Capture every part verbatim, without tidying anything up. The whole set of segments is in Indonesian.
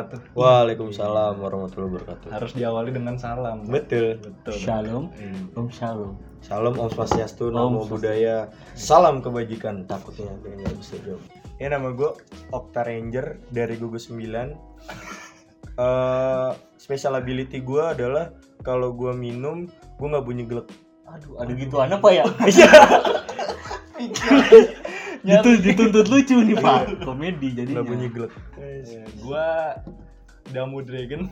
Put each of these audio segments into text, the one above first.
wabarakatuh. Waalaikumsalam warahmatullahi wabarakatuh. Harus diawali dengan salam. Betul. Betul. Shalom. Hmm. Om Shalom. Salam Om Swastiastu, Namo Om Buddhaya, salam kebajikan. Takutnya ada yang nggak bisa jawab. Ya nama gue Okta Ranger dari Gugus sembilan. uh, Special ability gue adalah kalau gue minum gue nggak bunyi glek. Aduh, ada gituan apa ya? Iya. Itu dituntut lucu nih Pak. Komedi jadinya. Nggak bunyi glek. Ya, gua Damu Dragon.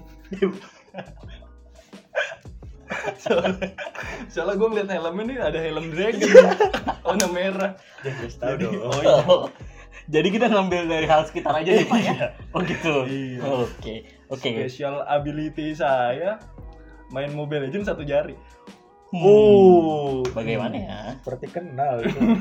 soalnya, soalnya gue ngeliat helmnya nih ada helm dragon warna merah. Ya guys tahu dong. Oh, iya. Jadi kita ngambil dari hal sekitar aja nih Pak ya. Oh gitu. Iya. Oke. Oke. Special ability saya main Mobile Legends satu jari. Oh, Bagaimana ya? seperti kenal.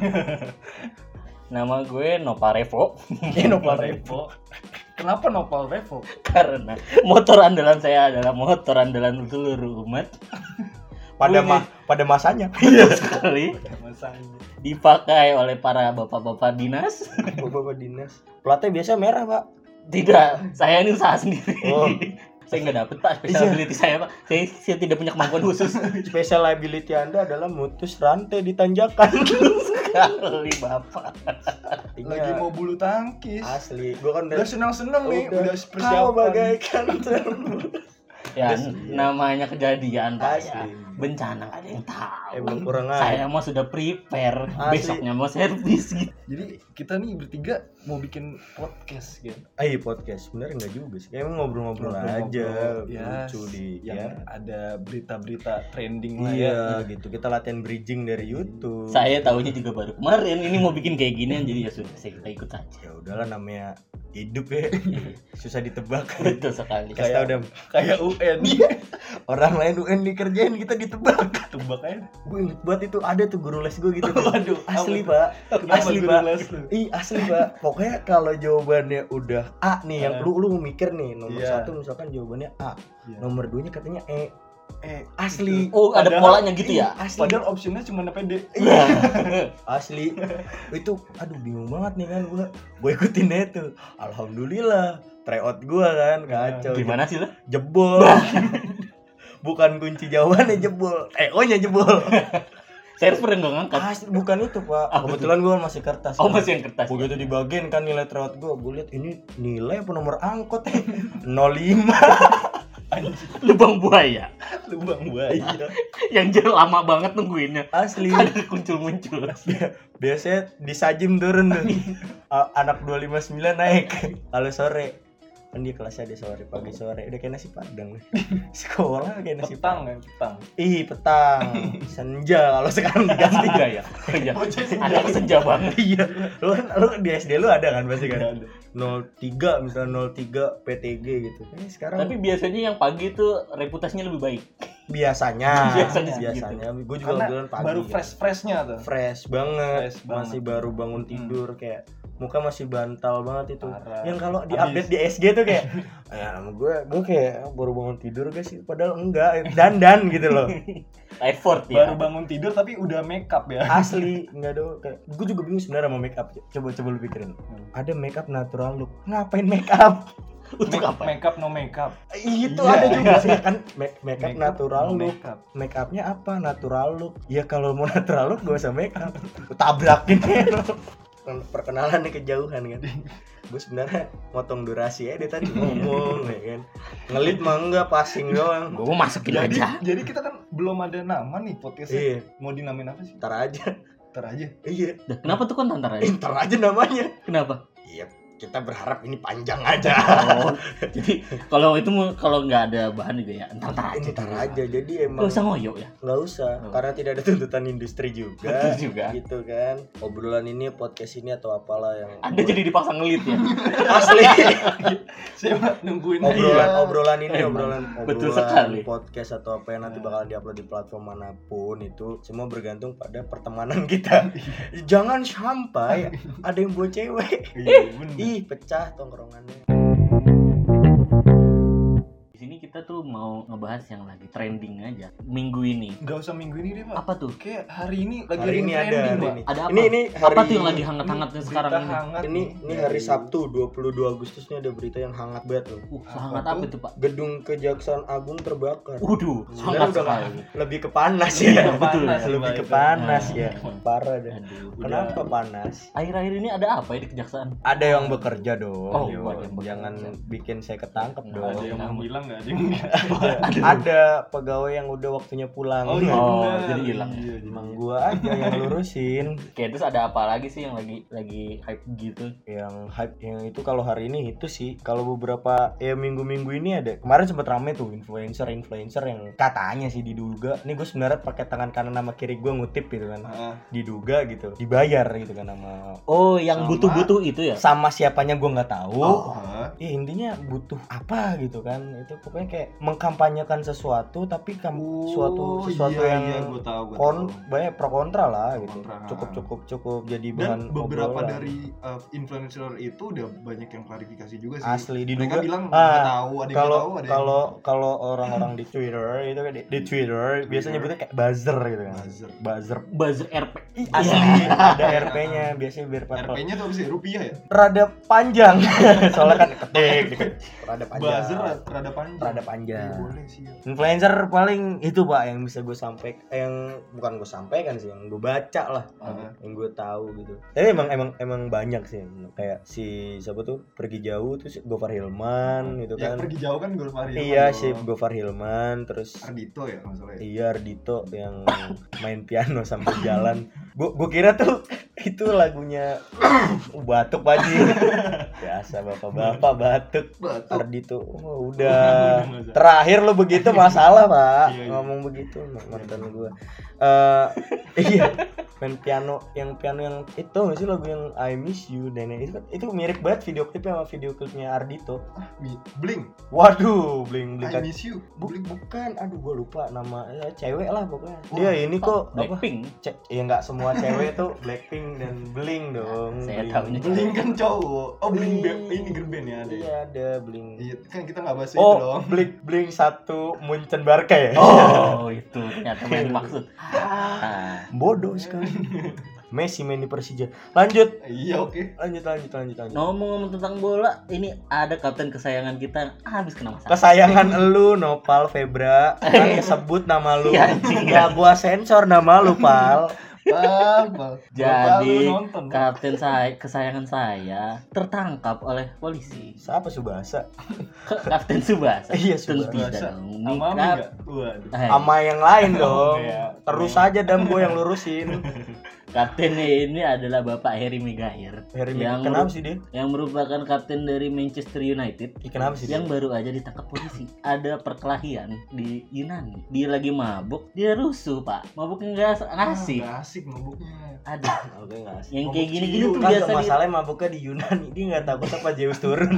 Nama gue Nopal Revo. Nopal Revo. Kenapa Nopal Revo? Karena motor andalan saya adalah motor andalan seluruh umat. Pada ma- pada masanya. Iya sekali. Masanya. Dipakai oleh para bapak-bapak dinas. Bapak dinas. Platnya biasa merah, Pak. Tidak, saya ini usaha sendiri. Oh. Saya nggak dapet Pak special ability saya Pak. Saya, saya tidak punya kemampuan khusus. Special ability Anda adalah mutus rantai di tanjakan. Sekali Bapak. Lagi mau bulu tangkis. Asli, gua kan Udah senang-senang nih, udah kau persiapan. bagaikan Ya Yes, namanya kejadian Pak ya. Asli. Bencana nggak ada yang tahu. Emang kurang Saya mah sudah prepare. Asli. Besoknya mau servis gitu. Jadi kita nih bertiga mau bikin podcast gitu. Eh podcast, sebenarnya enggak juga sih. Emang ngobrol-ngobrol aja, Ya, lucu di yang ya. ada berita-berita trending lah ya. Iya, gitu. Kita latihan bridging dari YouTube. Saya tahunya juga baru kemarin. Ini mau bikin kayak ginian jadi ya sudah saya kita ikut aja. Ya udahlah namanya hidup ya. Susah ditebak. Betul sekali. Kasih tahu dong. Kayak U N. Orang lain U N dikerjain kita ditebak. Tebak aja. Gue inget banget itu ada tuh guru les gue gitu. Waduh, Asli, apa? Pak. Kenapa Asli, guru Pak. les lu? Ih, asli, Pak. Pokoknya kalau jawabannya udah A nih, yang Eh. lu lu mikir nih, nomor Iya. satu misalkan jawabannya A, Iya. nomor dua nya katanya E. Eh, Asli. Oh, ada Padahal- polanya gitu ya? Asli. Padahal optionnya cuma P D. Iya. Asli. Itu aduh bingung banget nih kan gua. Gua ikutin deh tuh. Alhamdulillah. Tryout gua kan kacau. Gimana sih lo? Jebol. Bukan kunci jawabannya jebol. E O-nya jebol. Server yang gak ngangkat. Asli bukan itu, Pak. Apa Kebetulan gua masih kertas. Oh kan. masih yang kertas. Begitu dibagiin kan nilai tryout gua, gua lihat ini nilai apa nomor angkot ya? nol lima. Lubang buaya. Lubang buaya. Yang jauh lama banget nungguinnya. Asli. Ada muncul-muncul. Biasanya di Sajim turun tuh. A- anak dua lima sembilan naik. Kalau sore kan dia kelasnya ada sore, pagi sore udah kayak nasi padang. Sekolah kayak nasi Petang padang. ya, petang. Ih, petang. Senja kalau sekarang diganti. Tiga ya. Iya. Ada senja banget. Iya. Lu kan lu di S D lu ada kan pasti kan? Ada. nol tiga misalnya nol tiga P T G gitu. Eh, sekarang Tapi biasanya yang pagi tuh reputasinya lebih baik. biasanya Biasanya biasanya gue juga Karena kebetulan pagi baru kan. fresh-freshnya tuh. fresh banget, Fresh banget. masih baru bangun tidur kayak muka masih bantal banget itu. Parah. Yang kalau di Habis. update di S G tuh kayak ya nama gue gue kayak baru bangun tidur guys sih padahal enggak dandan gitu loh. Effort ya. Baru bangun tidur tapi udah make up ya. Asli enggak dong kayak gue juga bingung sebenarnya sama make up. Coba coba lu pikirin. Ada make up natural look. Ngapain make up? Untuk Make- apa? Make up no make up. Itu Iya. ada juga sih kan make, make up Make up, natural no look. make up. Make upnya apa? Natural look. Ya kalau mau natural look gak usah make up. Gua tabrakin ya. Perkenalan nih kejauhan kan. Gue sebenarnya motong durasi ya dia tadi ngomong ya kan. Ngelit mah enggak passing doang. Gue mau masukin Jadi aja. jadi kita kan belum ada nama nih podcastnya. Iya, Mau dinamain apa sih? ntar aja. Ntar aja. Iya, Dah, kenapa tuh kan tantar aja? ntar aja namanya. Kenapa? Iya, kita berharap ini panjang aja. Oh, jadi kalau itu mau- kalau nggak ada bahan juga ya entar aja. Ntar aja. Jadi Gak emang usah ngoyo ya. nggak usah Oh. karena tidak ada tuntutan industri juga. Betul juga. Gitu kan. Obrolan ini podcast ini atau apalah yang Anda jadi dipaksa ngelit ya. asli. Saya mah nungguin obrolan aja. obrolan ini Emang, obrolan betul obrolan sekali. podcast atau apa yang nanti bakalan diupload di platform manapun itu semua bergantung pada pertemanan kita. Jangan sampai ada yang buat cewek. Iya, bener. Ih, pecah tongkrongannya. Di sini kita kita tuh mau ngebahas yang lagi trending aja minggu ini. Enggak usah minggu ini deh, Pak. Apa tuh? Kayak hari ini lagi Hari ini ada, trending, hari Pak. ini. Ada apa? Ini ini hari Apa tuh yang lagi hangat-hangatnya Berita sekarang ini? hangat ini nih. ini hari Sabtu dua puluh dua Agustus nih ada berita yang hangat banget loh. Uh, Apa sangat tuh? apa itu, Pak? Gedung Kejaksaan Agung terbakar. Waduh, Sebenarnya sangat udah sekali. lebih ke panas Iya, ya. betul. Lebih Pak, ke itu. panas Nah. ya. Parah dah. Aduh, Kenapa udah. panas? Akhir-akhir ini ada apa ya di kejaksaan? Ada yang bekerja dong. Oh, Yo, ada yang bekerja. jangan bikin saya ketangkep Nah, dong. Ada yang Kamu. mau bilang enggak ada yang enggak. Ada pegawai yang udah waktunya pulang. Oh, iya, Oh, benar. jadi hilang. Iya, jadi Emang gua aja yang lurusin. Kayak terus ada apa lagi sih yang lagi lagi hype gitu? Yang hype yang itu kalau hari ini itu sih. Kalau beberapa ya minggu-minggu ini ada. Kemarin sempat rame tuh influencer-influencer yang katanya sih diduga. Ini gue sebenarnya pakai tangan kanan sama kiri gue ngutip gitu kan. Ah, Diduga gitu. Dibayar gitu kan sama Oh, yang Sama- butuh-butuh itu ya? sama siapanya gue nggak tahu. ah. Ya intinya butuh apa gitu kan. Itu pokoknya kayak mengkampanyekan sesuatu tapi kam- Oh, suatu sesuatu iya, yang iya, gua tahu, gua kon tahu. banyak pro kontra lah Pro gitu. kontra. Cukup cukup cukup jadi bahan Dan beberapa obrolan. dari uh, influencer itu udah banyak yang klarifikasi juga sih. Asli diduga. Mereka bilang Ah, nggak tahu, ada yang kalau nggak tahu, ada kalau yang kalau orang-orang di Twitter itu kan di, di Twitter biasanya nyebutnya kayak buzzer gitu kan. buzzer. Buzzer. Buzzer R P. Asli ada R P-nya biasanya biar cepet. R P-nya tuh apa sih? Rupiah ya? Rada panjang. Soalnya kan ketik gitu. Rada panjang. Buzzer rada panjang. Rada Iya, panjang. boleh sih. Ya. Influencer paling itu Pak yang bisa gue sampaikan, yang bukan gue sampaikan sih, yang gue baca lah, Ah. yang gue tahu gitu. Tapi emang emang emang banyak sih, kayak si siapa tuh pergi jauh tuh si Gofar Hilman gitu Ya kan. pergi jauh kan Gofar Hilman. Iya dong. si Gofar Hilman, terus Ardito ya masalahnya. iya Ardito yang main piano sambil jalan. Gue gue kira tuh itu lagunya batuk baji. Biasa bapak-bapak batuk. Batuk. Ardito, oh, udah terakhir lo begitu masalah Pak. Iya, iya. Ngomong begitu mantan gue. Eh iya main piano yang piano yang itu nggak sih lagu yang I Miss You dan itu kan itu mirip banget video klipnya sama video klipnya Ardito. Ah, Mi- Blink. Waduh, bling bling. I miss you. Bu- Blink. bukan, aduh gue lupa nama ya, cewek lah pokoknya. Wah, Dia ini kok apa? Blackpink. Ce- ya nggak semua cewek tuh Blackpink dan Bling dong. Saya Bling. tahunya Blink kan cowok. Oh, Blink Bling. Ba- ini girl band ya ada. Iya ada Bling. Iya, kan kita nggak bahas itu Oh, dong. Bling Bling satu Munchen Barca ya? Oh, itu ternyata yang dimaksud. Ah. Bodoh sekali. Messi main di Persija. Lanjut, Iya, oke. lanjut, lanjut, lanjut, lanjut. Ngomong-ngomong tentang bola, ini ada kapten kesayangan kita habis kena masalah. Kesayangan elu, Nopal Febra. Kan sebut nama lu. Iya, anjing. Gak gua sensor nama lu, Pal. Apa? Jadi nonton. kapten saya kesayangan saya tertangkap oleh polisi. Siapa Subasa? Kapten Subasa. Iya, Tentu Subasa. dong. Ini Sama kap- enggak? Waduh. Eh, Sama yang lain dong. iya. Terus aja dam gua yang lurusin. Kaptennya ini adalah Bapak Harry Maguire. Harry yang Maguire. Kenapa meru- sih dia? Yang merupakan kapten dari Manchester United. Ih, kenapa sih dia? Yang baru aja ditangkap polisi. Ada perkelahian di Yunani. Dia lagi mabuk, dia rusuh, Pak. Mabuknya enggak ngasih. Nggak asik mabuknya. Ada. Oke, nggak asik. Yang kayak Mabuk gini-gini ciu. tuh Kan biasa di masalahnya mabuknya di Yunani. Dia nggak takut apa Zeus turun.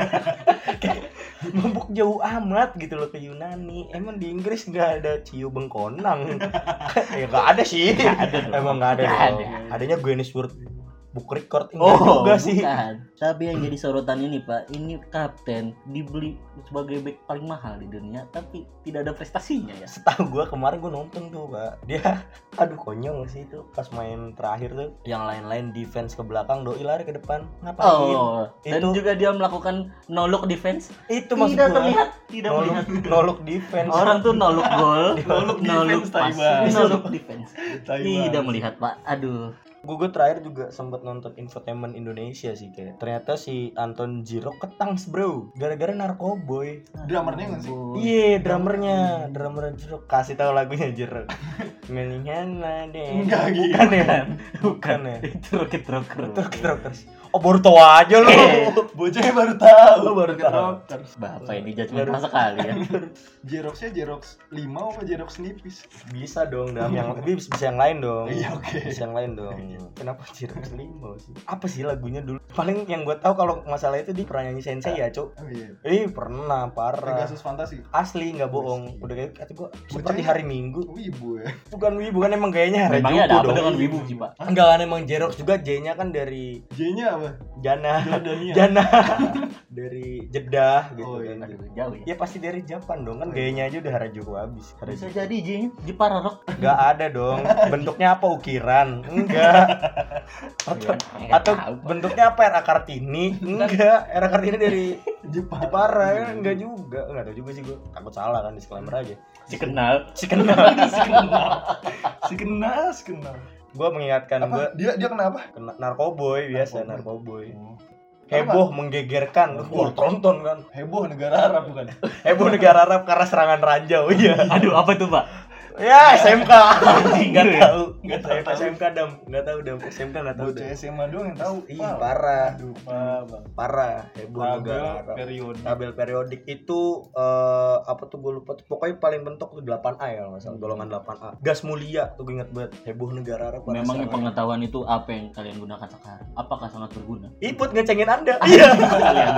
Kayak mabuk jauh amat gitu loh ke Yunani. Emang di Inggris nggak ada ciu bengkonang. Ya nggak ada sih. ada dong. Emang nggak ada. Nggak dong. ada. Adanya Guinness World Book Record. Oh, juga sih. bukan. Tapi yang jadi sorotan ini, Pak, ini kapten dibeli sebagai back paling mahal di dunia, tapi tidak ada prestasinya ya. Setahu gua kemarin gua nonton tuh Pak. Dia aduh konyol sih itu pas main terakhir tuh. Yang lain-lain defense ke belakang, doi lari ke depan. Ngapain? Oh, dan Itu- juga dia melakukan no look defense. Itu maksud Tidak gua. terlihat, tidak No melihat. look, no look defense. Orang tuh no look goal, No look no look defense, pass, Taiwan. no look defense. Tai Tidak banget. melihat, Pak. Aduh. Gue gue terakhir juga sempat nonton Infotainment Indonesia sih kayak. Ternyata si Anton Jirok ketangs bro, gara-gara narkoboy. Drummernya nggak sih? Iya, drummernya, drummer Jirok. Kasih tahu lagunya Jirok. Mendingan deh. Enggak gitu. Bukan ya, bukan ya. Itu Rocket Rocker. Itu Rocket Rockers. Oh baru tahu aja lo. Bocahnya baru tahu. Lo baru Rocket tahu. Rockers. Bapak ini judgmental sekali ya. Jeroxnya Jerox lima apa Jerox nipis? Bisa dong, dam yang lebih bisa yang lain dong. Iya, oke. Bisa yang lain dong. Kenapa Jirok lima sih? Apa sih lagunya dulu? Paling yang gue tahu kalau masalah itu di pernah nyanyi Sensei ya, Cuk. Oh iya. Eh pernah parah. Pegasus fantasi. Asli nggak bohong. Udah kayak kata gue seperti hari Minggu. Wibu ya. Bukan wibu kan emang gayanya Harajuku Memangnya ada apa dong. dengan wibu sih, Pak? Enggak kan emang Jerox juga J-nya kan dari J-nya apa Apa? Jana Jordania. Jana dari Jeddah gitu Oh, iya. kan. Aduh, jauh ya. Ya pasti dari Jepang dong, kan Oh, iya. gayanya aja udah Harajuku habis. Bisa Harajuku. jadi Jing, Jepara rock. Nggak ada dong. Bentuknya apa, ukiran? Enggak. Atau, Nggak atau tahu. bentuknya apa, era Kartini? Enggak. Era Kartini dari Jepara. Jepara kan enggak juga. Enggak tahu juga sih gue. Takut salah kan, disclaimer aja. Si kenal. Si kenal. Si kenal. Si kenal, si kenal. Gue mengingatkan gue Apa? Dia dia kenapa? kena narkoboy biasa, Narkoboy. narkoboy. Heboh, menggegerkan. Wah, tonton kan. Heboh negara Arab bukan? Heboh negara Arab karena serangan ranjau. Iya. Aduh, apa tuh, Pak? Ya, S M K. Enggak Gitu ya? tahu. Enggak tahu. Nggak tahu. S M K dam, enggak tahu dam. S M K enggak tahu. Bocah dam. S M A doang yang tahu. Ih, Pak. parah. Aduh, Pak, Bang. Parah. Heboh Tabel negara Arab. periode. Tabel periodik itu eh, apa tuh gue lupa tuh. Pokoknya paling bentuk tuh delapan A ya, masalah golongan delapan A. Gas mulia tuh gue inget banget. Heboh negara Arab. pada Memang serangan. pengetahuan itu apa yang kalian gunakan sekarang? Apakah sangat berguna? Iput ngecengin Anda. Iya. Kalian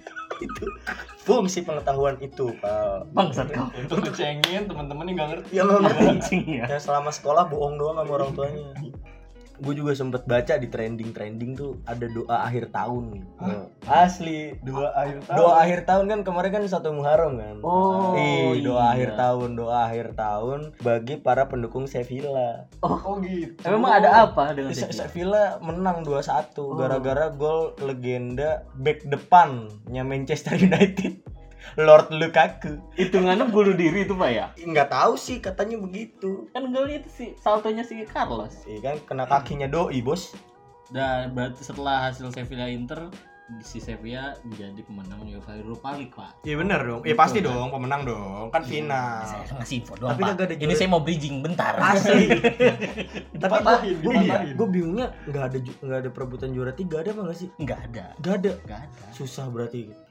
Itu fungsi pengetahuan itu, Pak. bangsat kau. Untuk ngecengin teman-teman yang nggak ngerti. Ya nggak ngerti. Anjing ya. Ya selama sekolah bohong doang sama orang tuanya. Gue juga sempet baca di trending-trending tuh ada doa akhir tahun. Hah? Asli. Dua akhir tahun. Doa akhir tahun kan kemarin kan satu Muharram kan. Oh, Ih, doa iya. akhir tahun, doa akhir tahun bagi para pendukung Sevilla. Oh gitu. Emang ada apa dengan Se- Sevilla? Sevilla menang dua satu Oh. gara-gara gol legenda back depannya Manchester United. Lord Lukaku. Hitungannya bunuh diri itu, Pak ya? Nggak tahu sih, katanya begitu. Kan golnya itu sih saltonya si Carlos. Iya kan kena kakinya doi, Bos. Dan berarti setelah hasil Sevilla Inter, si Sevilla menjadi pemenang UEFA Europa League, Pak. Iya benar dong. Iya Betul, pasti kan? dong, pemenang dong. Kan final. Saya ngasih info doang, Tapi Pak. kagak ada Ini juara- saya mau bridging bentar. Asli. Tapi Dipatahin, gue dipatahin. gue bingungnya nggak ada ju- nggak ada perebutan juara tiga, ada apa nggak sih? Enggak ada. Nggak ada. Enggak ada. Susah berarti.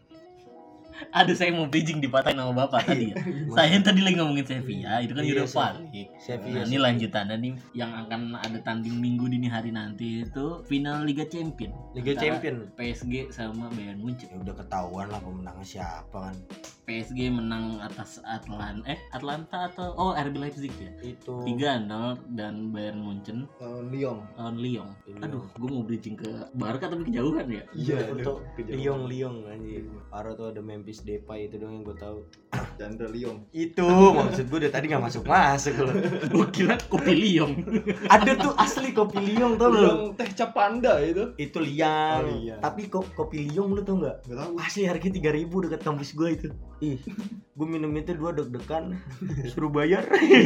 Aduh, saya mau bridging dipatahin sama Bapak tadi ya. Saya yang tadi lagi ngomongin Sevilla, itu kan Iya, Europa Sevilla. League. Sevilla, Nah, ini Sevilla. lanjutannya nih yang akan ada tanding minggu dini hari nanti itu final Liga Champion. Liga Antara Champion. P S G sama Bayern Munchen. Ya udah ketahuan lah pemenangnya siapa kan. P S G menang atas Atlan eh Atlanta atau oh R B Leipzig ya. Itu tiga nol dan Bayern Munchen Lawan Lyon. lawan Lyon. Lyon. Aduh, gue mau bridging ke Barca tapi kejauhan ya. Iya, aduh, untuk kejauhan. Liong Liong anjir. Parah tuh ada Memphis Depay itu doang yang gue tahu. Chandra Lyon. Itu maksud gue dari tadi nggak masuk masuk loh. Gue kira kopi Lyon. Ada tuh asli kopi Liong tau lo. Yang teh cap panda itu. Itu Liang. Oh, Liang. Tapi kok kopi Liong lu tau nggak? Enggak tahu. Asli harga tiga ribu dekat kampus gue itu. Ih, gue minum itu dua deg-degan, suruh bayar.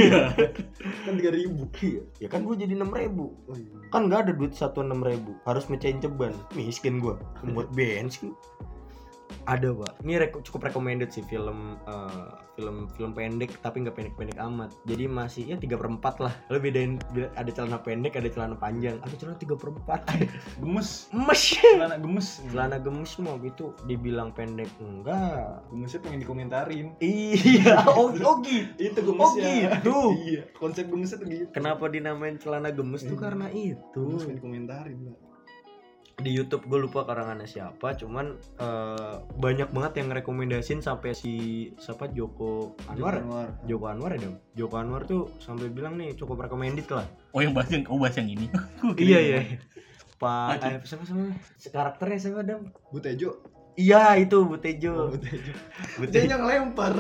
Kan tiga ribu. Iya, ya kan gue jadi enam ribu. Oh iya. Kan nggak ada duit satu enam ribu, harus mecahin ceban. Miskin gue, buat bensin. Ada pak, ini reko- cukup recommended sih film eh, film film pendek tapi nggak pendek-pendek amat. Jadi masih ya tiga per empat lah. Lo bedain beda- ada celana pendek, ada celana panjang, ada celana tiga per empat. Gemes. Emes. Celana gemes. Celana gemes mau gitu dibilang pendek enggak. Gemesnya pengen dikomentarin. Iya, oh, oh gitu. Itu Oh gemesnya. gitu. Iya. Konsep gemesnya tuh gitu. Kenapa dinamain celana gemes tuh Iya. karena itu. Gemes pengen dikomentarin, Pak. Di YouTube gue lupa karangannya siapa, cuman eh, banyak banget yang rekomendasiin sampai si siapa Joko Anwar. Anwar. Joko Anwar ya dong. Joko Anwar tuh sampai bilang nih cukup recommended lah. Oh, yang bahas yang oh bahas yang ini. Gua kira Iya yang iya. lain. Pak Aduh. eh, siapa siapa? Karakternya siapa dam? Butejo. Iya itu Butejo. Butejo. Dia Butejo. yang lempar.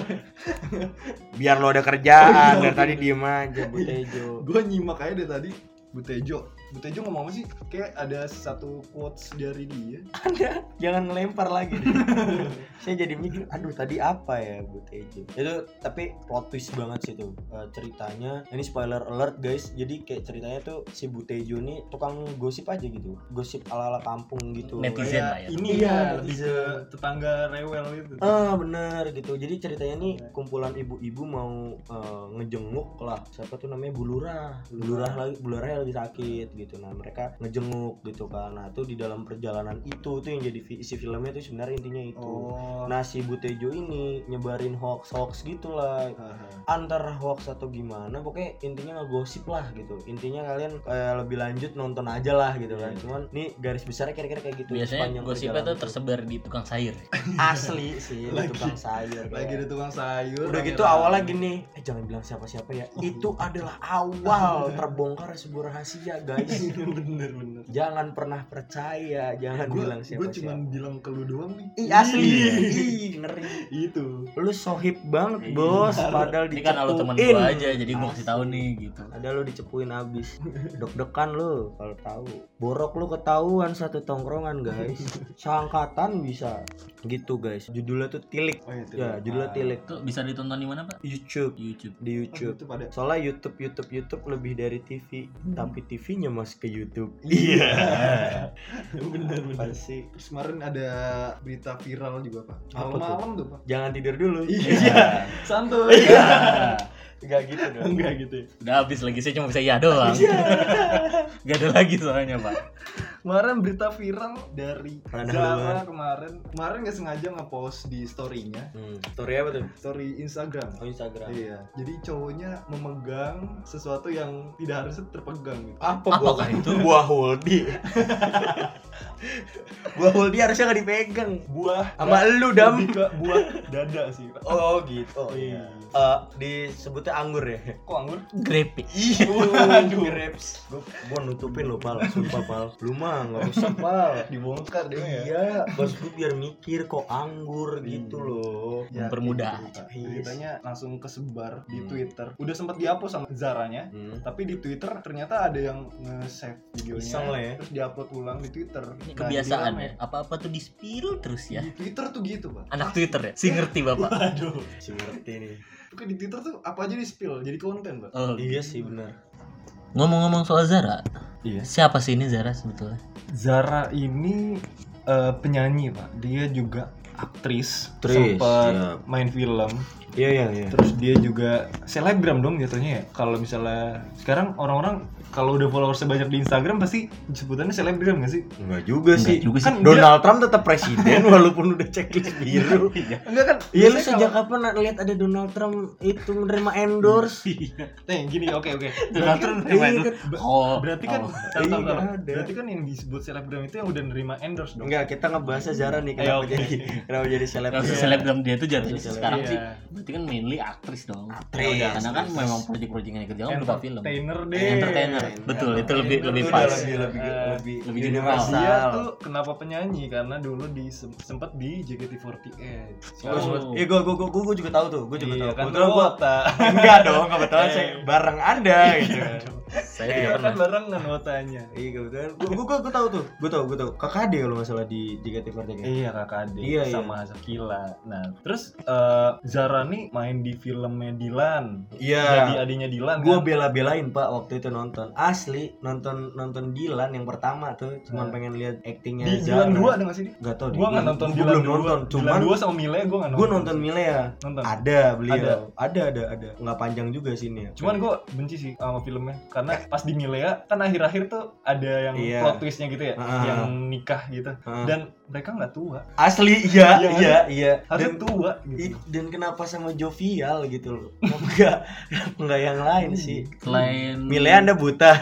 Biar lo ada kerjaan, dari tadi diem aja Butejo. Gue nyimak aja dari tadi. Butejo. Butejo ngomong apa sih? Kayak ada satu quotes dari dia. Anda jangan lempar lagi. Saya jadi mikir, aduh tadi apa ya Butejo. Itu tapi plot twist banget sih tuh eh, ceritanya. Ini spoiler alert guys. Jadi kayak ceritanya tuh si Butejo nih tukang gosip aja gitu. Gosip ala-ala kampung gitu. Netizen Kayak lah ya. Ini Iya, ya lebih netizen. ke tetangga rewel itu. Ah bener gitu. Jadi ceritanya nih kumpulan ibu-ibu mau eh, ngejenguk lah. Siapa tuh namanya Bulurah. Bulurah lagi, Bulurah lagi sakit gitu. Nah mereka ngejenguk gitu kan. Nah tuh di dalam perjalanan itu tuh yang jadi vi- isi filmnya tuh sebenarnya intinya itu. Oh. Nah si Butejo ini nyebarin hoax-hoax gitulah. Antara hoax atau gimana, pokoknya intinya ngegosip lah gitu. Intinya kalian kayak lebih lanjut nonton aja lah gitu kan. Iya. Cuman nih garis besarnya kira-kira kayak gitu. Biasanya sepanjang gosipnya perjalanan tuh itu. tersebar di tukang sayur. Asli sih di Lagi- tukang sayur Lagi kayak. ada tukang sayur. Udah gitu rame-rame. awalnya gini, eh jangan bilang siapa-siapa ya. Itu adalah awal terbongkar sebuah rahasia guys. Bener-bener. Jangan pernah percaya, jangan Gue bilang gue siapa-siapa. cuma bilang ke lu doang nih. Ih asli, ih ngeri. Itu. Lu sohib banget Iya. bos, padahal Ini kan lu temen dicepuin. gua aja, jadi gua kasih tahu nih gitu. Ada lu dicepuin abis. Deg-degan lu kalau tahu. Borok lu ketahuan satu tongkrongan guys. Seangkatan bisa. Gitu guys. Judulnya tuh Tilik. Oh, itu. Ya, judulnya Ah. Tilik. Itu bisa ditonton di mana, Pak? YouTube. YouTube. Di YouTube. Itu pada. Soalnya YouTube, YouTube, YouTube lebih dari T V. Tapi T V-nya masuk ke YouTube. Iya. Bener-bener. Pasti. Terus kemarin ada berita viral juga, Pak. Apa tuh? Malam-malam tuh, Pak. Jangan tidur dulu. Iya. Santuy. Enggak gitu dong. Enggak gitu. Udah habis lagi, saya cuma bisa iya doang. Gak ada lagi soalnya, Pak. Kemarin berita viral dari Ranah Zara luar. kemarin. Kemarin nggak sengaja nge-post di story-nya, Hmm. Story apa tuh? story Instagram. Oh, Instagram. Iya. Jadi cowoknya memegang sesuatu yang tidak harusnya terpegang gitu. Apa Apakah buah itu? buah holdi? Buah holdi harusnya nggak dipegang. Buah Sama lu dam. lebih ke buah dada sih, Pak. Oh gitu. Oh Iya. Eh, disebutnya anggur ya. Kok anggur? Grepe. Iya. Waduh. Grapes. Gua, gua nutupin lo pal, sumpah pal. Lu mah nggak usah pal. Dibongkar dia ya. Iya, bos gue biar mikir kok anggur gitu loh. Ya, Mempermudah. gitu, Pak. Yes. Beritanya langsung kesebar di Hmm. Twitter. Udah sempat dihapus sama Zaranya. Hmm. Tapi di Twitter ternyata ada yang nge-save videonya, Iseng lah ya. terus diupload ulang di Twitter. Ini Nah, kebiasaan jadi ya. Apa-apa tuh di-spill terus ya. rame. Di Twitter tuh gitu, Pak. Anak Twitter ya? Si ngerti, Bapak. Aduh. Si ngerti nih. Pokoknya di Twitter tuh apa aja di spill jadi konten, Pak. Oh. Iya sih benar. Ngomong-ngomong soal Zara, Iya. siapa sih ini Zara sebetulnya? Zara ini eh, penyanyi, Pak. Dia juga aktris, Aktris, sempat iya. main film. Iya iya iya. Terus dia juga selebgram dong jatuhnya ya. Kalau misalnya sekarang orang-orang kalau udah followersnya banyak di Instagram pasti sebutannya selebgram nggak sih? Enggak juga Enggak sih. juga sih. Kan Donald Trump tetap presiden walaupun udah checklist biru. Enggak kan? Iya lu biasanya sejak kalau- kapan lihat ada Donald Trump itu menerima endorse? Nih gini, oke oke. Donald Trump Iya, nerima itu. kan. Oh, Berarti kan, oh. tar, tar, Iya, tar. ada. berarti kan yang disebut selebgram itu yang udah nerima endorse dong. Enggak, kita ngebahasnya Zara nih kenapa Ayo, oke. jadi kenapa jadi seleb. Yang Iya. selebgram dia tuh jadi Seleb. sekarang Iya. sih. Berarti kan mainly aktris dong. Aktris. Ya udah, karena kan memang proyek-proyeknya yang kerjakan berupa film. Entertainer deh. Entertainer. Betul, itu lebih Entertainer. lebih Itu pas. udah lebih lebih Eh, lebih, lebih universal. Dia tuh kenapa penyanyi karena dulu di sem- sempat di J K T empat delapan. Oh, Oh. iya gua gua gua, gua juga tahu tuh, gua juga Iya, tahu. kan Kebetulan gua wota. enggak dong, kebetulan Eh. saya bareng Anda gitu. Saya Eh, tidak Iya pernah. kan barengan wotanya. Iya kebetulan. Gua gua, gua, gua tahu tuh, gua tahu, gua tahu. Kakak dia kalau nggak salah di J K T empat puluh tiga. Iya kakak adik Iya, iya. sama Zakila. Nah terus eh, Zara nih main di filmnya Dilan. Iya. Jadi adiknya Dilan. Gua kan? bela-belain Pak waktu itu nonton. Asli nonton nonton Dilan yang pertama tuh, cuman Nah. pengen lihat aktingnya di Zara. Dilan dua ada nggak sih? Gak tau. Gua nggak nonton Gua Dilan belum dua. nonton, Dilan cuman dua sama Mile gua nggak nonton. gua nonton Milea. Nonton. Ada beliau. Ada. Ada ada ada. Nggak panjang juga sini ya. Cuman gue benci sih sama filmnya karena pas di Milea kan akhir-akhir tuh ada yang Iya. plot twistnya gitu ya, Ah. yang nikah gitu, Ah. dan mereka nggak tua, Asli iya Iya, iya iya. harusnya Dan tua i- gitu. dan kenapa sama jovial gitu loh? Enggak enggak yang lain sih. Selain Milea Anda buta.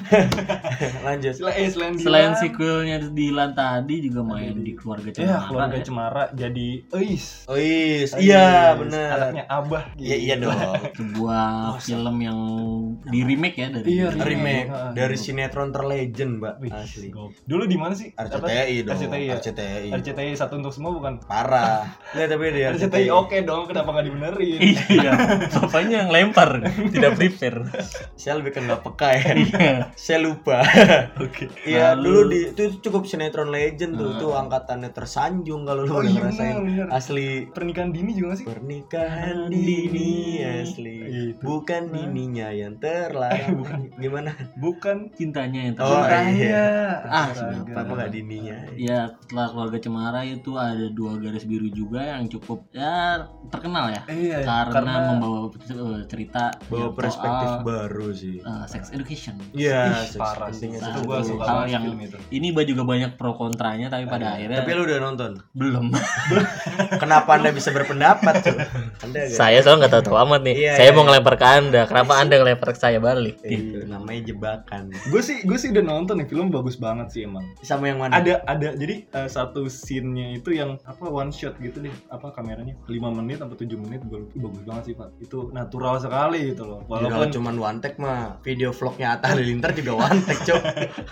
Lanjut. Selain eh, selain selain Dilan, sequelnya Dilan tadi juga main di Keluarga Cemara. ya keluarga ya. Cemara jadi Eis. Oh is, Eis, iya benar. Anaknya Abah. Iya iya dong. Sebuah film yang di remake ya dari Iya, Remake Ah, dari gitu. sinetron terlegend, Mbak. Wih, Asli. gokil. Dulu di mana sih? R C T I Apa? dong. R C T I ya? R C T I. R C T I satu untuk semua bukan? Parah. Lihat tapi di R C T I oke dong, kenapa nggak dibenerin? Iya, bapaknya yang lempar, tidak prepare. Saya lebih kan nggak peka ya. Iya. Saya lupa. Oke. Iya, Lalu- dulu di itu cukup sinetron legend tuh. Hmm. Tuh angkatannya tersanjung kalau lu Oh udah iya ngerasain. bener, bener. Asli Pernikahan dini juga nggak sih? pernikahan dini asli. Itu. Bukan dininya yang terlarang. Gimana? Bukan Cintanya yang Oh, terlarang. iya. Ah, Astaga. Apa nggak dininya? Ya, setelah Keluarga Cemara itu ada dua garis biru juga yang cukup ya terkenal ya. Iya, karena, karena membawa uh, cerita Bawa yang perspektif soal, baru sih. uh, sex education. Iya, Ih, seks parah sih. pentingnya Nah, Itu seks gua itu suka hal banget yang film itu. ini bah juga banyak pro kontranya tapi pada akhirnya Tapi lu udah nonton. belum. Kenapa Anda bisa berpendapat tuh? Anda agak- Saya soalnya nggak tahu-tahu amat nih. Iya, saya iya, mau iya. ngelempar ke Anda. Kenapa Anda ngelempar ke saya balik? Eh, Gitu. namanya jebakan. Gue sih gue sih udah nonton nih, film bagus banget sih emang. Sama yang mana? Ada ada jadi eh, satu scene-nya itu yang apa one shot gitu deh, apa kameranya lima menit atau tujuh menit gue lupa. Bagus banget sih Pak. Itu natural sekali gitu loh. Walaupun Walaupun cuman one take mah video vlognya Atta Halilintar juga one take, Cok.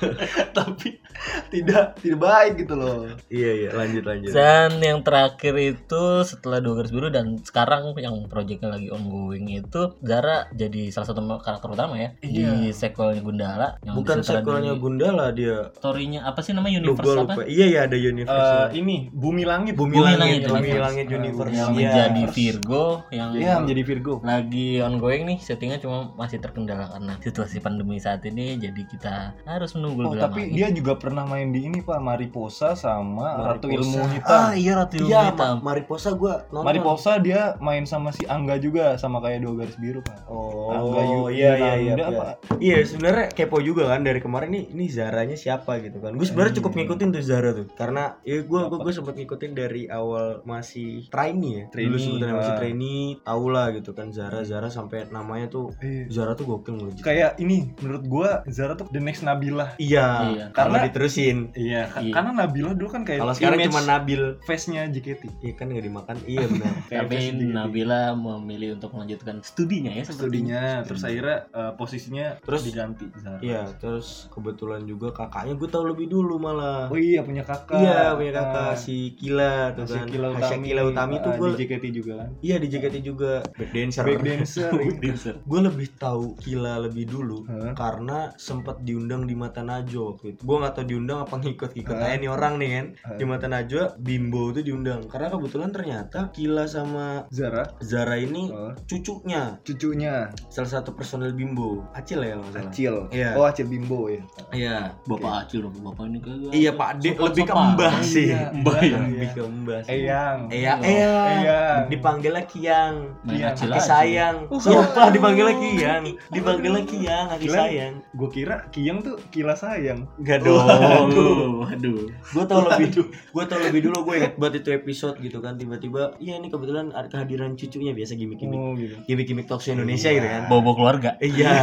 tapi tidak tidak baik gitu loh. Iya iya, lanjut lanjut. Dan yang terakhir itu setelah Dua Garis Biru dan sekarang yang proyeknya lagi ongoing itu Zara jadi salah satu karakter utama ya Iya. di sequelnya Gundala. Yang Bukan sequelnya Gundala dia. Story-nya apa sih namanya, Lupa universe lupa. apa? Iya iya ada universe. Eh, ini Bumi Langit. Bumi, Bumi Langit, Langit, Bumi Universe. Langit Eh, Universe. Bumi Yang Langit. Iya. menjadi Virgo yang Iya, menjadi Virgo. lagi ongoing nih, settingnya cuma masih terkendala karena situasi pandemi saat ini, jadi kita harus menunggu Oh, lebih tapi lama. dia juga pernah main di ini Pak, Mariposa sama Ratu Mariposa. Ilmu Hitam. Ah iya, Ratu Ilmu Iya, Hitam. Ma- Mariposa gua nonton. Mariposa dia main sama si Angga juga, sama kayak Dua Garis Biru Pak. Oh, Angga Yu- iya iya iya. Yuranda iya. apa? Iya, sebenarnya kepo juga kan dari kemarin nih, ini Zaranya siapa gitu kan. Gue sebenarnya cukup Hmm. ngikutin tuh Zara tuh. Karena ya gue gue Apa? gue sempat ngikutin dari awal masih trainee ya. Dulu Trainee, sebutannya masih ah. trainee, tau lah gitu kan Zara Zara sampai namanya tuh Iya. Zara tuh gokil loh. Kayak ini menurut gua Zara tuh the next Nabila. Iya, Iya. karena Karena- diterusin. Iya, ka- Iya. karena Nabila dulu kan kayak Kalau sekarang image cuma Nabil. face-nya J K T. Iya kan nggak dimakan. Iya benar. Kayak Tapi face J K T. Nabila memilih untuk melanjutkan studinya ya sepertinya. Studinya, terus akhirnya uh, posisinya Terus- diganti Zara. Iya, terus kebetulan juga kakaknya gue tahu lebih dulu malah. Oh iya punya kakak. Iya, punya kakak Ah, si Kila tuh si kan. Kila Hasya Utami. Kila Utami tuh ah, gue di J K T juga kan. iya di J K T juga back dancer. Back dancer. Dancer. Gue lebih tahu Kila lebih dulu Hah? karena sempat diundang di Mata Najwa waktu itu. Gue nggak tahu diundang apa ngikut-ngikut Hah? aja nih orang nih kan. Hah? Di Mata Najwa Bimbo tuh diundang karena kebetulan ternyata Kila sama Zara, Zara ini oh, cucunya cucunya salah satu personel Bimbo. Acil ya kalau nggak salah. Acil. Iya. Oh Acil Bimbo ya. Iya. Bapak Acil dong, bapak ini kagak. Iya Pak D, Sopan-sopan. lebih ke mbah sih. Iya, Mbah ya. Lebih ke mbah sih. Eyang. Eyang, Oh. Eyang. Eyang. Dipanggilnya Kiang. Main Iya, Acil Aki aja. sayang. Sumpah dipanggilnya Kiang. Dipanggilnya Kiang, Aki Kila- sayang. Gue kira Kiyang tuh Kila sayang. Enggak dong. Waduh, waduh. Gue tau lebih gue tau lebih dulu gue ingat buat itu episode gitu kan, tiba-tiba iya ini kebetulan ada kehadiran cucunya, biasa gimmick-gimmick Oh gitu. gimmick-gimmick talk show Indonesia gitu kan. Bawa-bawa keluarga. Iya.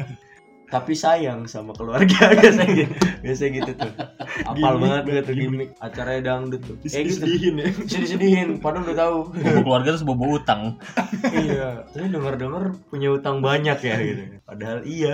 Tapi sayang sama keluarga biasanya gitu. Biasanya gitu tuh. Apal Gimmick banget gue tuh gimmick. gimmick acaranya dangdut tuh. Kayak gitu. Disedihin ya. Sedih-sedihin, padahal udah tahu. Bawa keluarga terus bawa utang. Iya, tapi denger-denger punya utang banyak ya gitu. Padahal iya.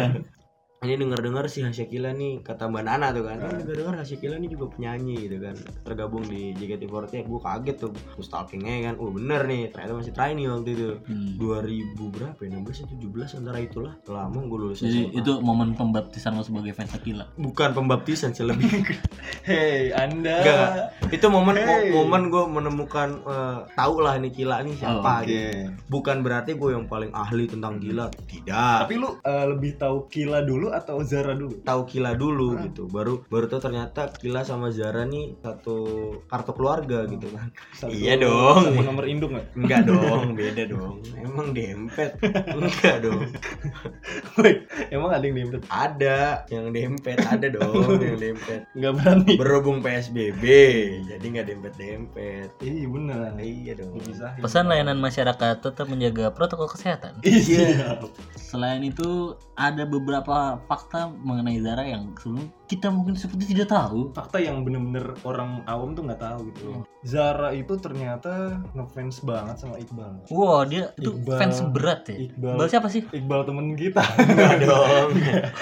Ini denger-dengar si Hasya Kila nih, kata Mbak Nana tuh kan, ini denger-dengar Hasya Kila nih juga penyanyi gitu kan, tergabung di J K T empat puluh delapan. Gue kaget tuh, gue stalkingnya kan, oh bener nih, ternyata masih trainee waktu itu. Hmm. dua ribu berapa ya, enam belas atau tujuh belas antara itulah. Lama gue lulus Jadi S M A. itu momen pembaptisan lo sebagai fans Akila. Bukan pembaptisan sih, lebih Hei Anda. enggak. Itu momen Hey. mo- momen gue menemukan uh, tahu lah nih Kila nih siapa Oh, Oke. gitu. Bukan berarti gue yang paling ahli tentang Kila, tidak. Tapi lu uh, lebih tahu Kila dulu atau Zara dulu? Tahu Kila dulu Ah. gitu, baru baru tahu ternyata Kila sama Zara nih satu kartu keluarga gitu kan. Satu- Iya dong. Satu nomor induk nggak? Enggak dong, beda dong. Emang dempet. Enggak dong. Woi, emang ada yang dempet? Ada yang dempet, ada dong yang dempet. Nggak berani. Berhubung P S B B, jadi nggak dempet-dempet. Iya bener. Iya dong. Dipisahin. Pesan layanan masyarakat tetap menjaga protokol kesehatan. Iya. Selain itu ada beberapa fakta mengenai Zara yang sebelum kita mungkin seperti tidak tahu. Fakta yang bener-bener orang awam tuh nggak tahu gitu. Hmm. Zara itu ternyata ngefans banget sama Iqbal. Wow, dia itu Iqbal. fans berat ya. Iqbal. Iqbal siapa sih? Iqbal temen kita. Enggak dong.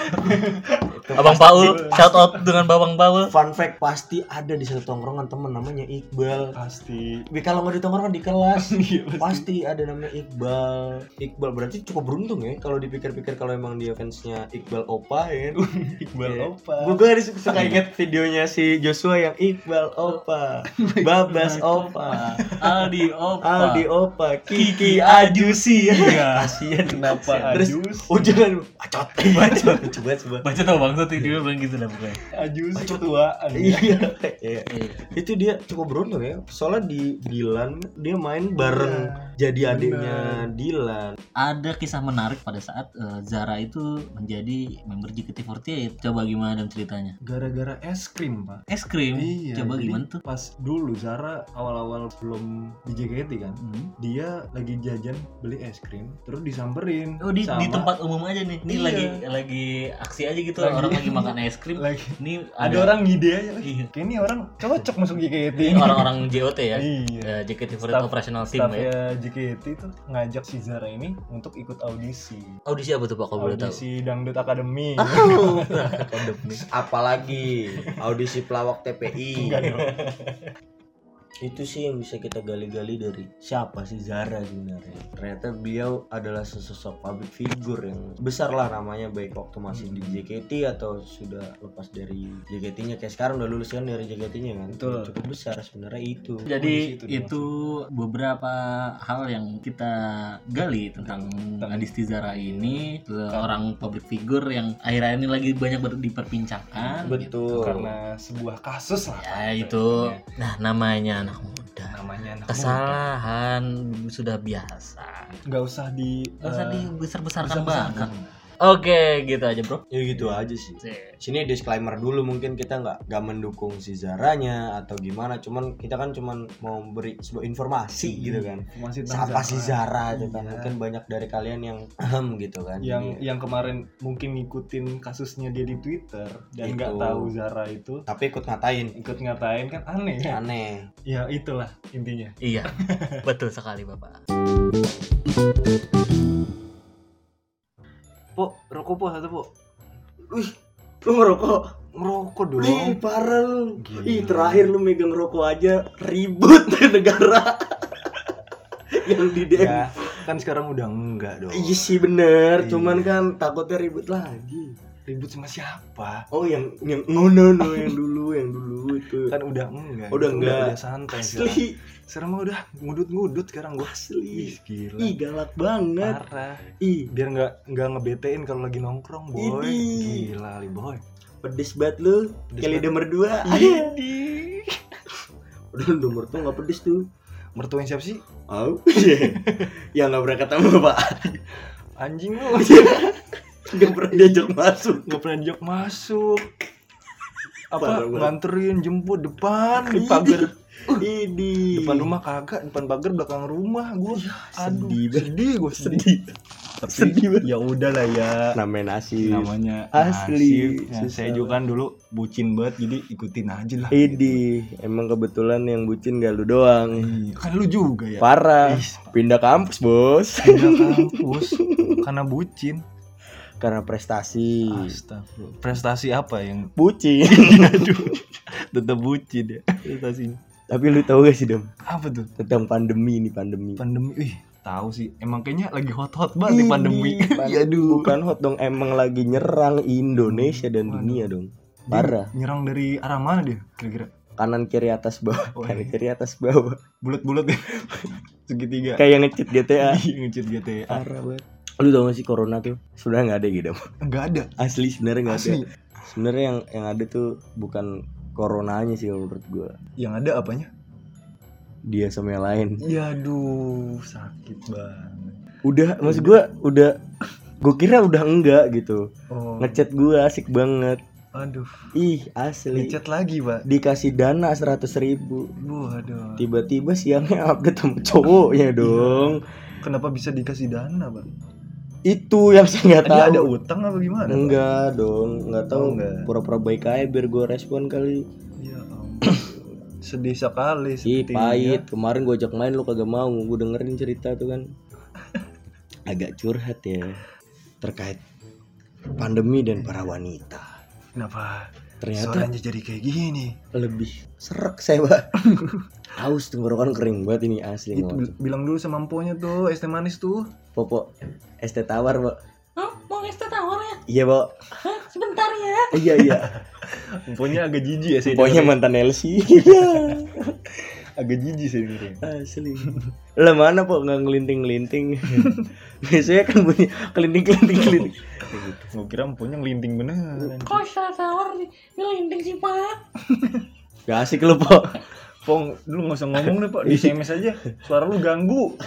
Itu Abang pasti- Paul, shout out dengan Babang Paul. Fun fact, pasti ada di satu tongkrongan temen namanya Iqbal. Pasti. Tapi kalau nggak di tongkrongan di kelas. Iya, Pasti ada namanya Iqbal. Iqbal berarti cukup beruntung ya kalau dipikir-pikir, kalau emang dia fansnya Iqbal Opa ya. Iqbal Iya. Opa. Gue gue suka inget videonya si Joshua yang Iqbal Opa, Babas Opa, Aldi Opa. Aldi Opa, Kiki Ajusi. Iya. Kasian Kenapa Terus Ajus? oh jangan bacot, bacot, coba coba. Baca tau bang, tuh dia bilang gitu lah pokoknya. Ajus ketuaan. Iya, iya. Iya. Itu dia cukup beruntung ya. Soalnya di Dilan dia main bareng jadi adiknya Dilan. Ada kisah menarik pada saat eh, Zara itu menjadi member J K T empat puluh delapan. Coba gimana dan ceritanya? Gara-gara es krim, Pak. Es krim. Iya, Coba jadi gimana tuh? Pas dulu Zara awal-awal belum di J K T kan, Hmm. dia lagi jajan beli es krim, terus disamperin. Oh di, sama- di tempat umum aja nih. Ini Iya. lagi lagi aksi aja gitu lagi orang lagi makan es krim. Lagi. Ini Ada orang ngide aja. Iya. Kayak ini orang cocok masuk J K T. Ini orang-orang J O T ya. Iya. Ya, J K T Staff- Operational Team ya. Staffnya J K T itu ngajak si Zara ini untuk ikut audisi. Audisi apa tuh Pak kalau boleh tahu? Audisi Dangdut Academy. Oh, akademi. Apalagi audisi pelawak T P I. Enggak dong. Itu sih yang bisa kita gali-gali dari siapa sih Zara sebenarnya. Ternyata beliau adalah sesosok public figure yang besar lah namanya, baik waktu masih di J K T atau sudah lepas dari J K T-nya, kayak sekarang udah lulus kan dari J K T-nya kan. Betul. Cukup besar sebenarnya itu. Jadi Kondisi itu itu beberapa hal yang kita gali tentang Adisti Zara ini, seorang public figure yang akhir-akhir ini lagi banyak ber- diperbincangkan. Betul. Karena sebuah kasus lah. Ya itu. Nah, namanya anak muda. Namanya anak Kesalahan sudah biasa. muda. Nggak usah di Gak usah eh, dibesar-besarkan besar-besarkan. banget. Oke, gitu aja, Bro. Ya gitu aja sih. Sini disclaimer dulu, mungkin kita nggak nggak mendukung si Zaranya atau gimana, cuman kita kan cuman mau beri sebuah informasi gitu kan. Informasi tentang Siapa sih Zara Iya. itu kan, mungkin banyak dari kalian yang ahem gitu kan. yang Jadi, yang kemarin mungkin ngikutin kasusnya dia di Twitter dan nggak Itu. tahu Zara itu tapi ikut ngatain, ikut ngatain kan aneh ya. aneh. Ya itulah intinya. Iya, betul sekali, Bapak. Po, rokok po satu po. Wih, lu ngerokok? Ngerokok dong. Wih, parah lu. Gila. Ih, terakhir lu megang rokok aja ribut di negara. Yang di D M. Ya, kan sekarang udah enggak dong. Iya sih bener, Iya. cuman kan takutnya ribut lagi. Ribut sama siapa? Oh yang yang oh no no yang dulu yang dulu itu. Kan udah enggak. Udah Itu enggak. Udah santai sekarang. Asli, Sekarang mah udah ngudut-ngudut sekarang gua. asli. Ih, gila. Ih galak banget. Parah. Ih Biar nggak nggak ngebetein kalau lagi nongkrong, boy. Ini. Gila li, boy. pedes banget lu. Pedes Kali banget. udah berdua. Ini. Udah nomor tuh nggak pedes tuh. Mertuanya siapa sih? Oh, ya nggak berangkat sama pak. Anjing lu. Nggak pernah diajak masuk. Nggak pernah diajak masuk. Apa Parah banget. nganterin jemput depan di pagar Ini depan rumah kagak, depan pagar belakang rumah gua. Aduh, sedih banget. sedih gua sedih. sedih. Tapi Sedih banget. ya udah lah ya. Namanya nasib. Namanya Asli. nasib. Ya, Susah saya juga kan dulu bucin banget jadi ikutin aja lah. Idi, emang kebetulan yang bucin gak lu doang. Iya, kan lu juga ya. Parah. Ih, Pindah kampus, Bos. pindah kampus karena bucin. Karena prestasi. Astagfirullah. Prestasi apa yang Bucin. aduh tetap bucin ya prestasinya. Tapi lu tahu gak sih, Dom? Apa tuh? Tentang pandemi nih, pandemi. Pandemi. Ih, tahu sih. Emang kayaknya lagi hot-hot banget nih Ini pandemi. pan- Ya aduh. Bukan hot dong, emang lagi nyerang Indonesia dan Waduh. dunia dong. Dia Parah. nyerang dari arah mana dia kira-kira? Kanan kiri atas bawah, Oh, kanan iya. kiri atas bawah. Bulat-bulat ya. Segitiga. Kayak nge-cheat G T A. Iya, ngecit G T A. Parah banget. Lu tau gak sih corona tuh? Sebenarnya nggak ada gitu. Enggak ada. Asli sebenarnya nggak ada. Asli. Sebenarnya yang yang ada tuh bukan coronanya sih kalau menurut gua. Yang ada apanya? Dia sama yang lain. Ya aduh, sakit banget. Udah, maksud gua udah gua kira udah enggak gitu. Oh. Ngechat gua asik banget. Aduh. Ih, asli. Ngechat lagi, Pak. Dikasih dana seratus ribu. Waduh. Tiba-tiba siangnya update sama cowoknya dong. Kenapa bisa dikasih dana, Bang? Itu yang saya nggak tahu. Dia ada utang apa gimana? Pak? Enggak dong, nggak tahu. Oh, enggak. Pura-pura baik aja biar gua respon kali. Ya ampun. Sedih sekali Ih, sepertinya. pahit. Kemarin gua ajak main lu kagak mau. Gua dengerin cerita tuh kan. Agak curhat ya terkait pandemi dan para wanita. Kenapa? Ternyata Suaranya jadi kayak gini. lebih serak saya, Pak. Aus tenggorokan kering banget ini asli. Itu Ngomong. bil- bilang dulu sama emponya tuh, es teh manis tuh. Popo es teh tawar, Pak. Oh, mau es teh tawar ya? Iya, Pak. Hah, sebentar ya. Iya, iya. Emponya agak jijik ya saya. Pokoknya dengerin. mantan L C. Iya. Agak jijik saya dengerin. Asli. Lah mana, Pak, nggak ngelinting-ngelinting. Biasanya kan bunyi kelinting-kelinting kelinting. Gue kira emponya ngelinting beneran. Kok es teh tawar nih? Ngelinding sih, Pak. Gak asik lu, Pak. Pong, dulu nggak usah ngomong deh Pak, di S M S aja. Suara lu ganggu.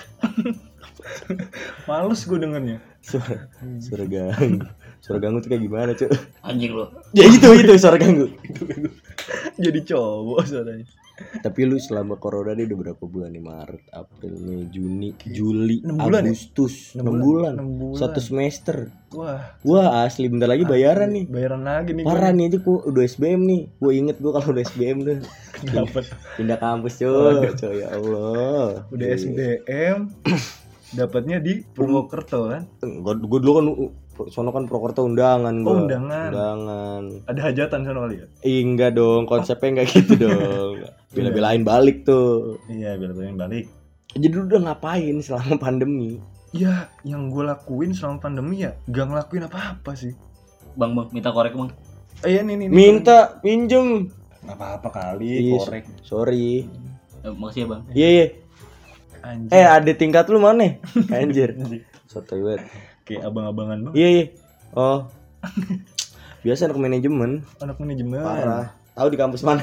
Males gue dengernya. Suara suara ganggu. Suara ganggu tuh kayak gimana, Cuk? Anjing lo. Ya itu itu suara ganggu. Jadi cowok suaranya. Tapi lu selama corona ini udah berapa bulan nih? Maret, April, Mei, Juni, Juli, enam bulan ya? Agustus, enam enam bulan. bulan. enam bulan. Satu semester. Wah, Wah, asli bentar lagi bayaran nih. bayaran lagi nih. Parah nih itu gua udah S B M nih. Gua inget gua kalau udah S B M tuh. Dapat Pindah kampus cuy. Cuy ya Allah. udah S B M dapatnya di Purwokerto kan. Gua, gua dulu kan sono kan Purwokerto undangan gua. Oh, undangan. Undangan. Ada hajatan sana kali ya? Ih, enggak dong, konsepnya enggak gitu dong. Bela-belain balik tuh. Iya, bela-belain balik. Jadi lu udah ngapain selama pandemi? Ya, yang gue lakuin selama pandemi ya gak ngelakuin apa-apa sih. Bang, bang, minta korek bang. Eh, iya nih nih. nih. Minta pinjem. Gak apa-apa kali, Iya, korek. sorry. Eh, makasih ya bang. Iya, iya. Anjir. Eh, ada tingkat lu mana? Anjir. Sotoy banget. Kayak abang-abangan bang. Iya, iya. Oh. Biasa anak manajemen. Anak manajemen. Parah. Tahu di kampus mana?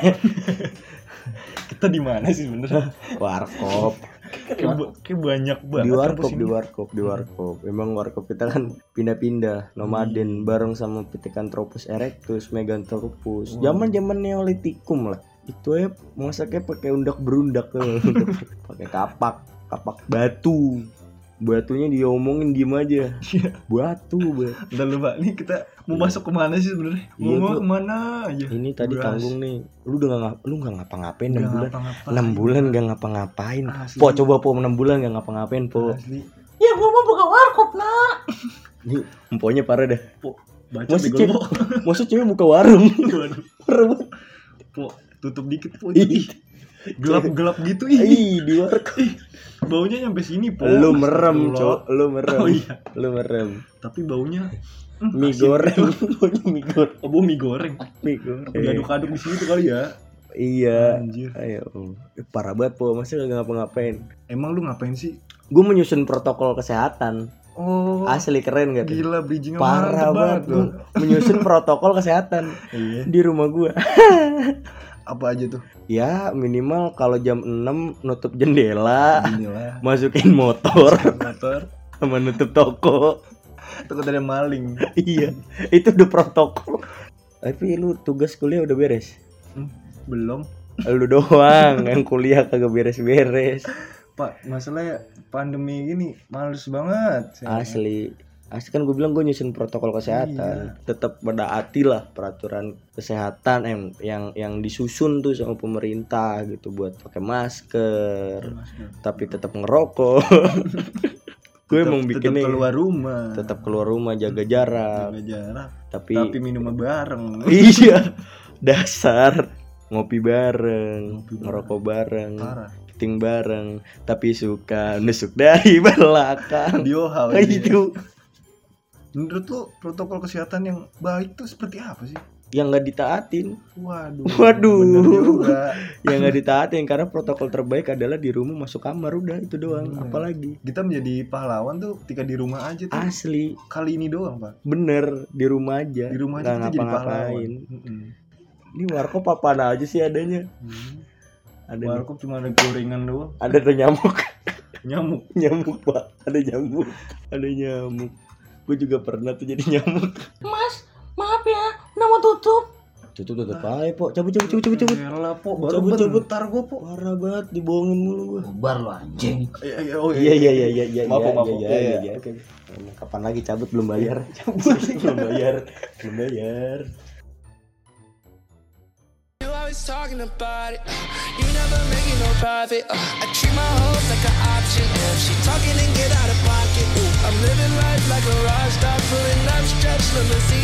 Kita di mana sih sebenarnya? Warkop. Kayak, ba- kayak banyak banget. Di warkop, kampus di ini. warkop, di warkop. Memang warkop kita kan pindah-pindah, nomaden bareng sama Pithecanthropus erectus, Meganthropus. Zaman-zaman Neolitikum lah. Itu ya masaknya pakai undak berundak tuh. Pakai kapak, kapak batu. Batunya diomongin diem aja. Batu, batu. Udah lupa nih kita mau masuk kemana sih sebenarnya? Mau Iya, mau gua- kemana aja? Ini tadi Beras. tanggung nih. Lu udah gak ngap- lu gak ngapa-ngapain enam Nggak bulan. ngapa-ngapain. enam bulan gak ngapa-ngapain. Asli. Po coba po enam bulan gak ngapa-ngapain po. Asli. Ya gua mau buka warkop nak. Nih, emponya parah dah. Po, baca Maksud bego cewek, po. maksud cewek buka warung. Waduh. Parah banget. Po, tutup dikit po. Ih. Gelap-gelap gitu ih. Ih, di warkop. Baunya nyampe sini po. Lu merem, Astagfirullah. Cok. Lu merem. Oh iya. Lu merem. Tapi baunya hmm, Mie asin goreng. gitu. Baunya mie goreng. Oh, bau mie goreng. Mie goreng. Diaduk-aduk di situ kali ya. Iya. Anjir. Ayo. Eh, parah banget po, masa gak ngapa-ngapain. Emang lu ngapain sih? Gue menyusun protokol kesehatan. Oh, Asli keren gak tuh? gila bridging Parah banget. Gue menyusun protokol kesehatan Iya. di rumah gue. Apa aja tuh? Ya minimal kalau jam enam nutup jendela, Inilah masukin motor, motor. sama nutup toko. Takut ada maling. Iya, itu udah protokol. Tapi lu tugas kuliah udah beres? Hmm, belum. Lu doang yang kuliah kagak beres-beres. Pak, masalahnya pandemi gini males banget. Saya- Asli. Asli kan gue bilang gue nyusun protokol kesehatan. Tetap menaati lah peraturan kesehatan yang yang yang disusun tuh sama pemerintah gitu, buat pakai masker, tapi tetap ngerokok. Gue Tetap- emang tetap bikinnya keluar rumah. tetap keluar rumah, jaga jarak. Jaga jarak. Tapi, Tapi minumnya bareng. iya, dasar ngopi bareng, Ngopi bareng. ngerokok bareng, Parah. ting bareng, tapi suka nusuk dari belakang. Di O H. Itu Menurut lu protokol kesehatan yang baik tuh seperti apa sih? yang nggak ditaatin, Waduh. Waduh. Bener juga. yang nggak ditaatin karena protokol terbaik adalah di rumah masuk kamar, udah itu doang. Bener. Apalagi Kita menjadi pahlawan tuh ketika di rumah aja tuh. asli Kali ini doang, Pak. bener di rumah aja, Di rumah nggak aja kita jadi pahlawan. ngapa-ngapain. Mm-mm. Ini warkop apaan aja sih adanya? Hmm. Ada nih. Warkop cuma ada gorengan doang. Ada tuh nyamuk. Nyamuk. Nyamuk pak, ada nyamuk, ada nyamuk. Gue juga pernah tuh jadi nyamuk. Mas, maaf ya, udah mau tutup. Tutup tutup aja po, cabut cabut cabut cabut cabut. Yalah, Po. Baru Cabut, cabut. bentar gua, Po. Parah banget, dibohongin mulu gue. Bubar lo anjing. Iya, iya, oh, Iya iya iya iya iya Maaf, Po, iya, maaf, Po. iya Iya, iya iya. iya. Oke. Kapan lagi cabut, belum bayar? Cabut belum bayar, belum bayar. You always talking about it. You never make it no profit. Uh, I treat my hoes like an option. If she talking and get out of pocket. Ooh, I'm living life like a rock star, pulling up stretch limousine.